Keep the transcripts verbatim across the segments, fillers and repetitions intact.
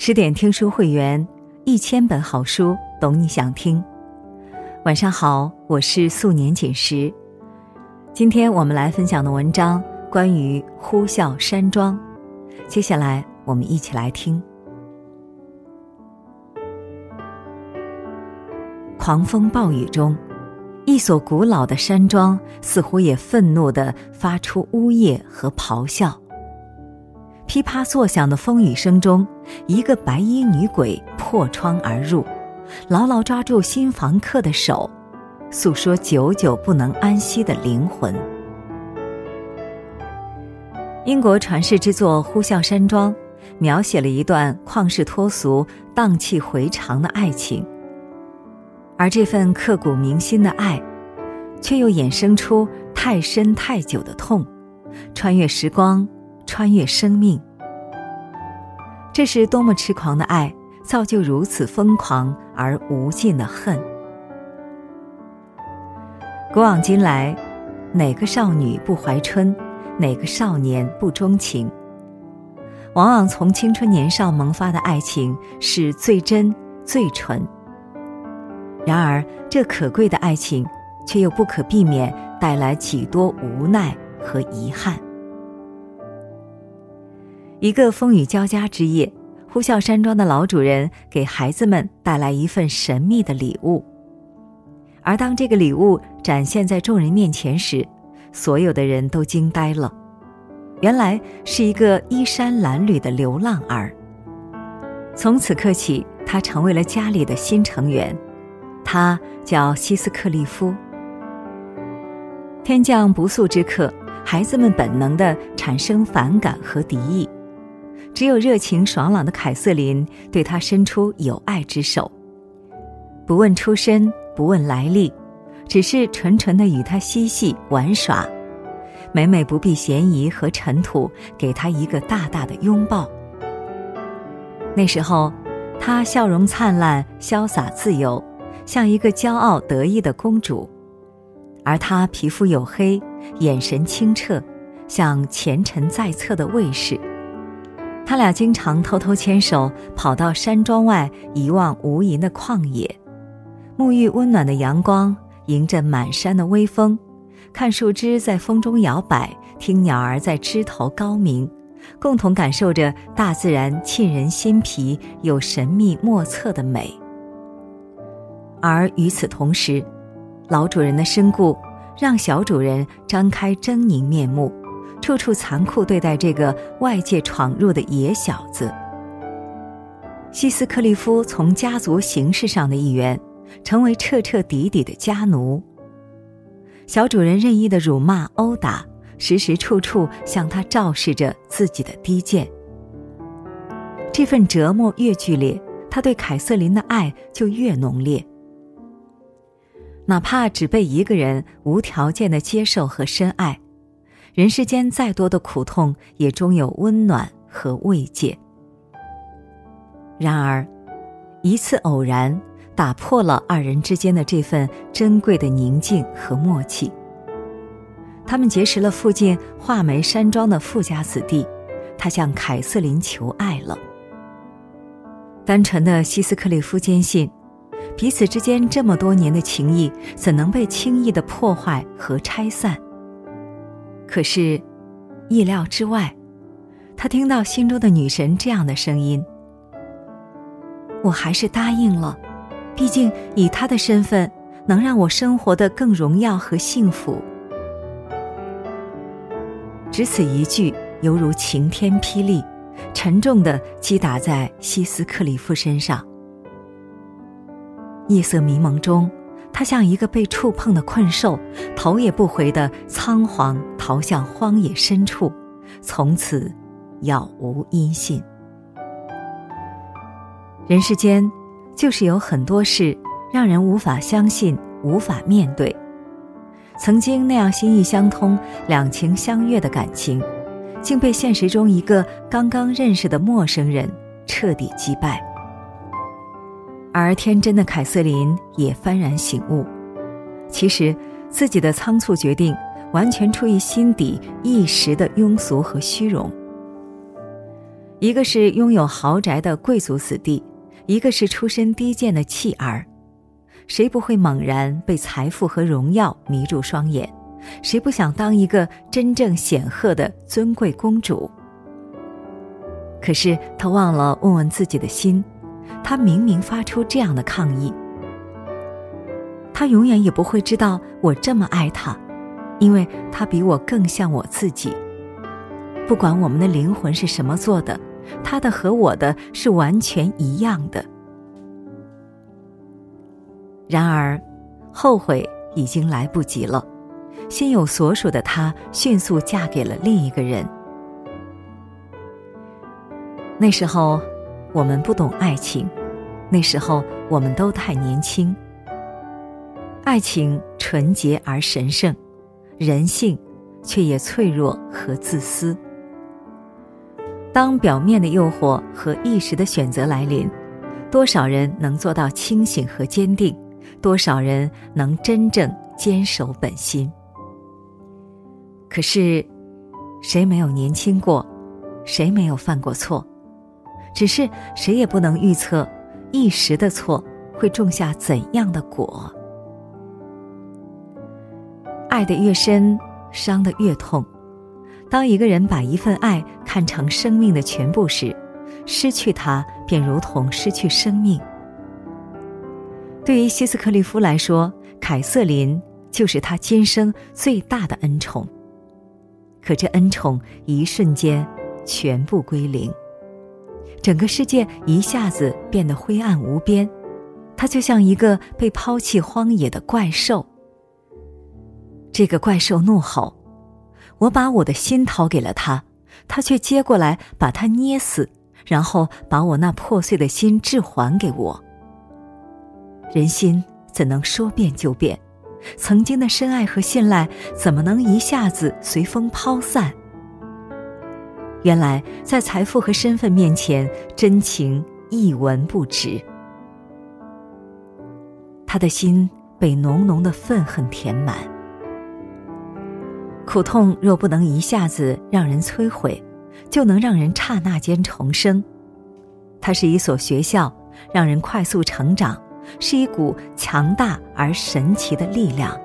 十点听书会员，一千本好书，懂你想听。晚上好，我是素年锦时。今天我们来分享的文章关于呼啸山庄，接下来我们一起来听。狂风暴雨中，一所古老的山庄似乎也愤怒地发出呜咽和咆哮。噼啪作响的风雨声中，一个白衣女鬼破窗而入，牢牢抓住新房客的手，诉说久久不能安息的灵魂。英国传世之作《呼啸山庄》描写了一段旷世脱俗、荡气回肠的爱情，而这份刻骨铭心的爱，却又衍生出太深太久的痛，穿越时光，穿越生命。这是多么痴狂的爱，造就如此疯狂而无尽的恨。古往今来，哪个少女不怀春，哪个少年不钟情？往往从青春年少萌发的爱情是最真最纯，然而这可贵的爱情却又不可避免带来几多无奈和遗憾。一个风雨交加之夜，呼啸山庄的老主人给孩子们带来一份神秘的礼物，而当这个礼物展现在众人面前时，所有的人都惊呆了。原来是一个衣衫褴褛的流浪儿。从此刻起，他成为了家里的新成员，他叫希斯克利夫。天降不速之客，孩子们本能地产生反感和敌意，只有热情爽朗的凯瑟琳对他伸出友爱之手，不问出身，不问来历，只是纯纯地与他嬉戏玩耍，每每不避嫌疑和尘土，给他一个大大的拥抱。那时候她笑容灿烂，潇洒自由，像一个骄傲得意的公主，而他皮肤黝黑，眼神清澈，像前尘在侧的卫士。他俩经常偷偷牵手，跑到山庄外一望无垠的旷野，沐浴温暖的阳光，迎着满山的微风，看树枝在风中摇摆，听鸟儿在枝头高鸣，共同感受着大自然沁人心脾又神秘莫测的美。而与此同时，老主人的身故让小主人张开狰狞面目，处处残酷对待这个外界闯入的野小子。希斯克利夫从家族形式上的一员，成为彻彻底底的家奴。小主人任意的辱骂殴打，时时处处向他昭示着自己的低贱。这份折磨越剧烈，他对凯瑟琳的爱就越浓烈。哪怕只被一个人无条件的接受和深爱，人世间再多的苦痛也终有温暖和慰藉。然而一次偶然打破了二人之间的这份珍贵的宁静和默契。他们结识了附近画眉山庄的富家子弟，他向凯瑟琳求爱了。单纯的希斯克利夫坚信，彼此之间这么多年的情谊怎能被轻易的破坏和拆散？可是意料之外，他听到心中的女神这样的声音：我还是答应了，毕竟以他的身份能让我生活得更荣耀和幸福。只此一句犹如晴天霹雳，沉重地击打在希斯克利夫身上。夜色迷蒙中，他像一个被触碰的困兽，头也不回地仓皇逃向荒野深处，从此杳无音信。人世间就是有很多事让人无法相信，无法面对。曾经那样心意相通，两情相悦的感情，竟被现实中一个刚刚认识的陌生人彻底击败。而天真的凯瑟琳也幡然醒悟，其实自己的仓促决定完全出于心底一时的庸俗和虚荣。 一个是拥有豪宅的贵族子弟，一个是出身低贱的弃儿。谁不会猛然被财富和荣耀迷住双眼？谁不想当一个真正显赫的尊贵公主？可是他忘了问问自己的心，他明明发出这样的抗议。他永远也不会知道我这么爱他，因为他比我更像我自己。不管我们的灵魂是什么做的，他的和我的是完全一样的。然而，后悔已经来不及了。心有所属的她迅速嫁给了另一个人。那时候我们不懂爱情，那时候我们都太年轻。爱情纯洁而神圣，人性却也脆弱和自私。当表面的诱惑和一时的选择来临，多少人能做到清醒和坚定？多少人能真正坚守本心？可是，谁没有年轻过？谁没有犯过错？只是谁也不能预测一时的错会种下怎样的果。爱得越深，伤得越痛。当一个人把一份爱看成生命的全部时，失去它便如同失去生命。对于希斯克利夫来说，凯瑟琳就是他今生最大的恩宠。可这恩宠一瞬间全部归零，整个世界一下子变得灰暗无边，他就像一个被抛弃荒野的怪兽。这个怪兽怒吼：我把我的心掏给了他，他却接过来把它捏死，然后把我那破碎的心置还给我。人心怎能说变就变？曾经的深爱和信赖怎么能一下子随风抛散？原来在财富和身份面前，真情一文不值。他的心被浓浓的愤恨填满。苦痛若不能一下子让人摧毁，就能让人刹那间重生。它是一所学校，让人快速成长，是一股强大而神奇的力量。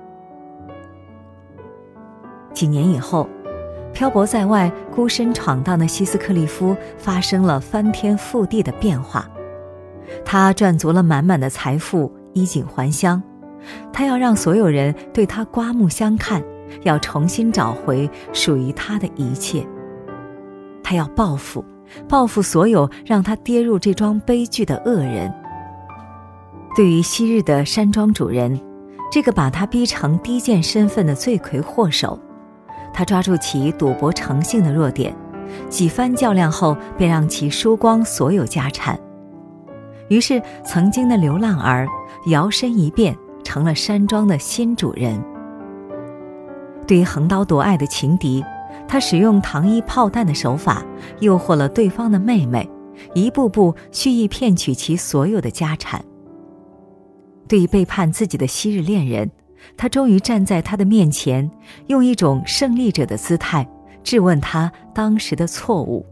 几年以后，漂泊在外孤身闯荡的希斯克利夫发生了翻天覆地的变化。他赚足了满满的财富，衣锦还乡。他要让所有人对他刮目相看，要重新找回属于他的一切。他要报复，报复所有让他跌入这桩悲剧的恶人。对于昔日的山庄主人，这个把他逼成低贱身份的罪魁祸首，他抓住其赌博成性的弱点，几番较量后便让其输光所有家产。于是曾经的流浪儿摇身一变成了山庄的新主人。对于横刀夺爱的情敌，他使用糖衣炮弹的手法诱惑了对方的妹妹，一步步蓄意骗取其所有的家产。对于背叛自己的昔日恋人，他终于站在他的面前，用一种胜利者的姿态质问他当时的错误。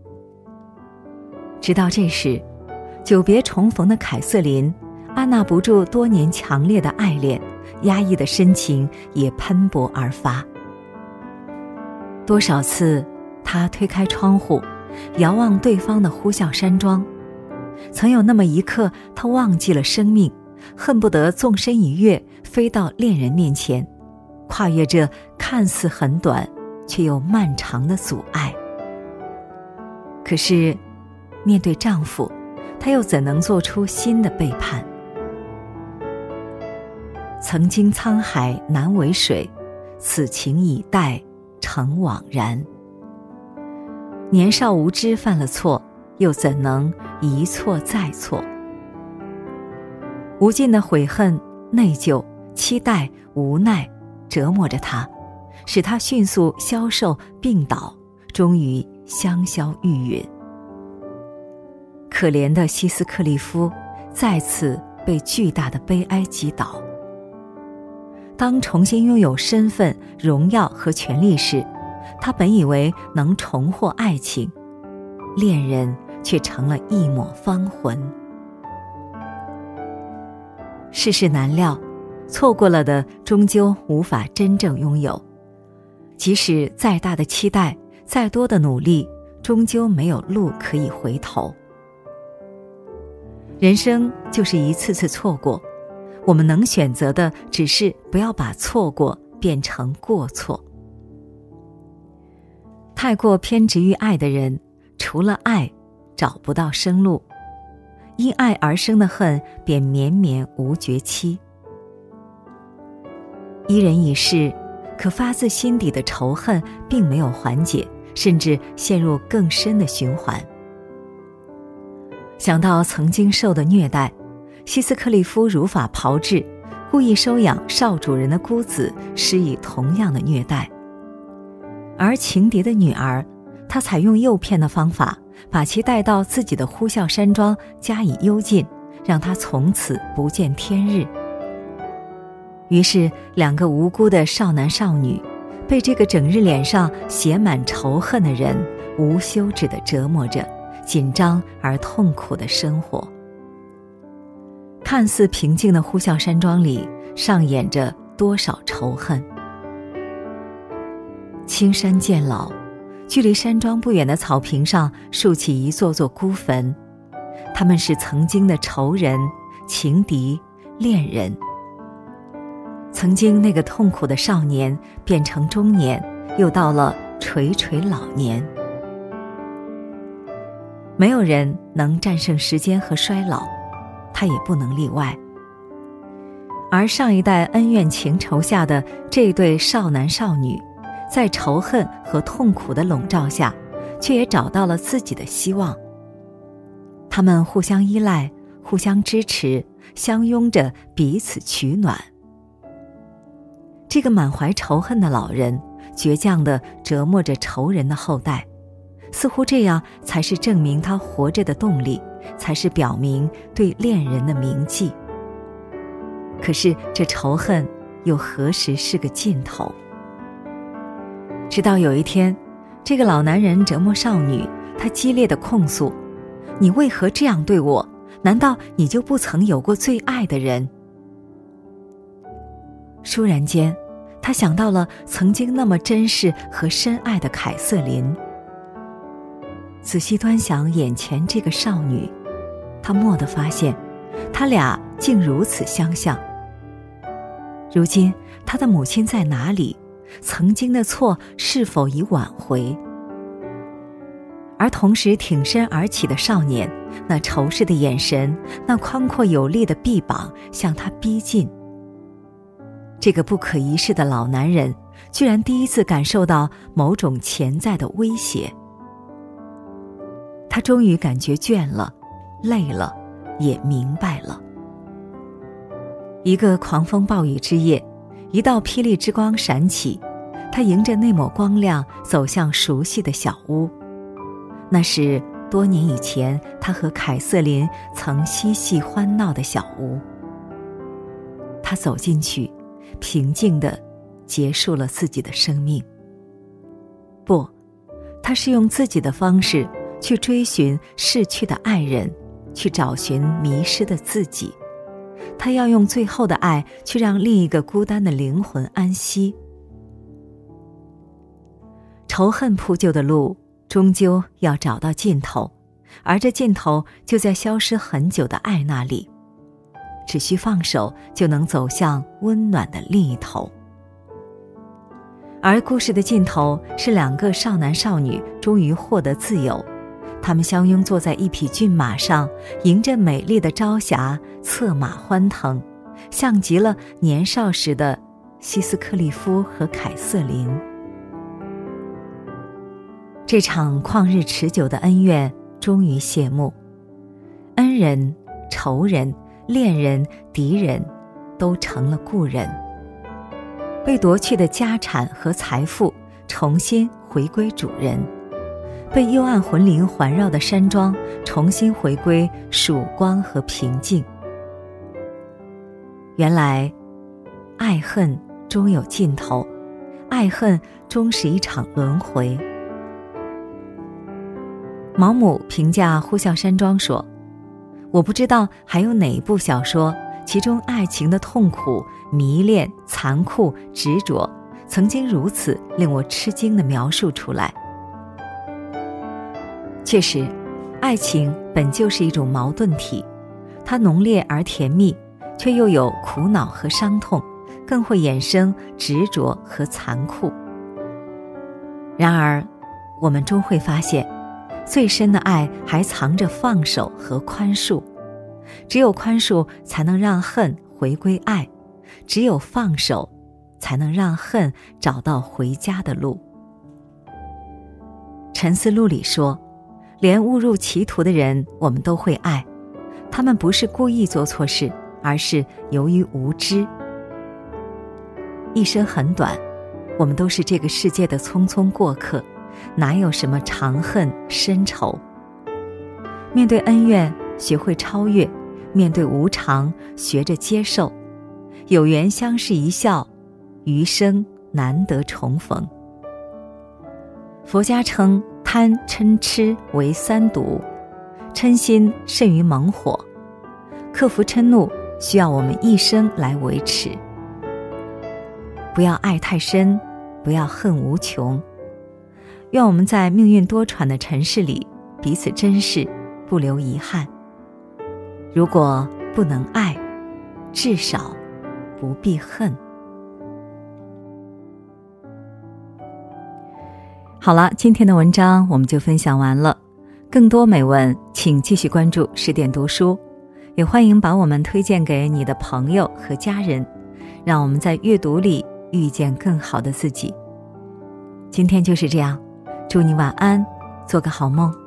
直到这时，久别重逢的凯瑟琳按捺不住多年强烈的爱恋，压抑的深情也喷薄而发。多少次他推开窗户，遥望对方的呼啸山庄，曾有那么一刻，他忘记了生命，恨不得纵身一跃，飞到恋人面前，跨越这看似很短却又漫长的阻碍。可是面对丈夫，她又怎能做出新的背叛？曾经沧海难为水，此情已殆成惘然。年少无知犯了错，又怎能一错再错？无尽的悔恨、内疚、期待、无奈折磨着他，使他迅速消瘦病倒，终于香消玉殒。可怜的希斯克利夫再次被巨大的悲哀击倒。当重新拥有身份、荣耀和权力时，他本以为能重获爱情， 恋人却成了一抹芳魂。世事难料，错过了的终究无法真正拥有，即使再大的期待，再多的努力，终究没有路可以回头。人生就是一次次错过，我们能选择的只是不要把错过变成过错。太过偏执于爱的人，除了爱找不到生路，因爱而生的恨便绵绵无绝期。一人一世，可发自心底的仇恨并没有缓解，甚至陷入更深的循环。想到曾经受的虐待，希斯克利夫如法炮制，故意收养少主人的孤子，施以同样的虐待。而情敌的女儿，他采用诱骗的方法，把其带到自己的呼啸山庄加以幽禁，让他从此不见天日。于是两个无辜的少男少女，被这个整日脸上写满仇恨的人无休止地折磨着，紧张而痛苦的生活。看似平静的呼啸山庄里，上演着多少仇恨。青山渐老，距离山庄不远的草坪上竖起一座座孤坟，他们是曾经的仇人、情敌、恋人。曾经那个痛苦的少年变成中年，又到了垂垂老年。没有人能战胜时间和衰老，他也不能例外。而上一代恩怨情仇下的这对少男少女，在仇恨和痛苦的笼罩下，却也找到了自己的希望。他们互相依赖，互相支持，相拥着彼此取暖。这个满怀仇恨的老人，倔强地折磨着仇人的后代，似乎这样才是证明他活着的动力，才是表明对恋人的铭记。可是这仇恨又何时是个尽头？直到有一天，这个老男人折磨少女，他激烈地控诉：你为何这样对我？难道你就不曾有过最爱的人？倏然间，他想到了曾经那么珍视和深爱的凯瑟琳。仔细端详眼前这个少女，他蓦地发现，他俩竟如此相像。如今他的母亲在哪里？曾经的错是否已挽回？而同时挺身而起的少年，那仇视的眼神，那宽阔有力的臂膀向他逼近。这个不可一世的老男人，居然第一次感受到某种潜在的威胁。他终于感觉倦了，累了，也明白了。一个狂风暴雨之夜，一道霹雳之光闪起，他迎着那抹光亮走向熟悉的小屋。那是多年以前他和凯瑟琳曾嬉戏欢闹的小屋。他走进去，平静地结束了自己的生命。不，他是用自己的方式去追寻逝去的爱人，去找寻迷失的自己。他要用最后的爱去让另一个孤单的灵魂安息。仇恨铺就的路终究要找到尽头，而这尽头就在消失很久的爱那里，只需放手就能走向温暖的另一头。而故事的尽头是两个少男少女终于获得自由，他们相拥坐在一匹骏马上，迎着美丽的朝霞，策马欢腾，像极了年少时的希斯克利夫和凯瑟琳。这场旷日持久的恩怨终于谢幕，恩人、仇人、恋人、敌人都成了故人。被夺去的家产和财富重新回归主人，被幽暗魂灵环绕的山庄重新回归曙光和平静。原来爱恨终有尽头，爱恨终是一场轮回。 毛姆评价呼啸山庄说，我不知道还有哪一部小说，其中爱情的痛苦、迷恋、残酷、执着，曾经如此令我吃惊地描述出来。确实，爱情本就是一种矛盾体，它浓烈而甜蜜，却又有苦恼和伤痛，更会衍生执着和残酷。然而，我们终会发现，最深的爱还藏着放手和宽恕。只有宽恕，才能让恨回归爱；只有放手，才能让恨找到回家的路。沉思录里说，连误入歧途的人我们都会爱，他们不是故意做错事，而是由于无知。一生很短，我们都是这个世界的匆匆过客，哪有什么长恨深仇？面对恩怨，学会超越；面对无常，学着接受。有缘相视一笑，余生难得重逢。佛家称贪嗔痴为三毒，嗔心甚于猛火，克服嗔怒需要我们一生来维持。不要爱太深，不要恨无穷。愿我们在命运多舛的尘世里彼此珍视，不留遗憾。如果不能爱，至少不必恨。好了，今天的文章我们就分享完了。更多美文请继续关注十点读书，也欢迎把我们推荐给你的朋友和家人，让我们在阅读里遇见更好的自己。今天就是这样，祝你晚安，做个好梦。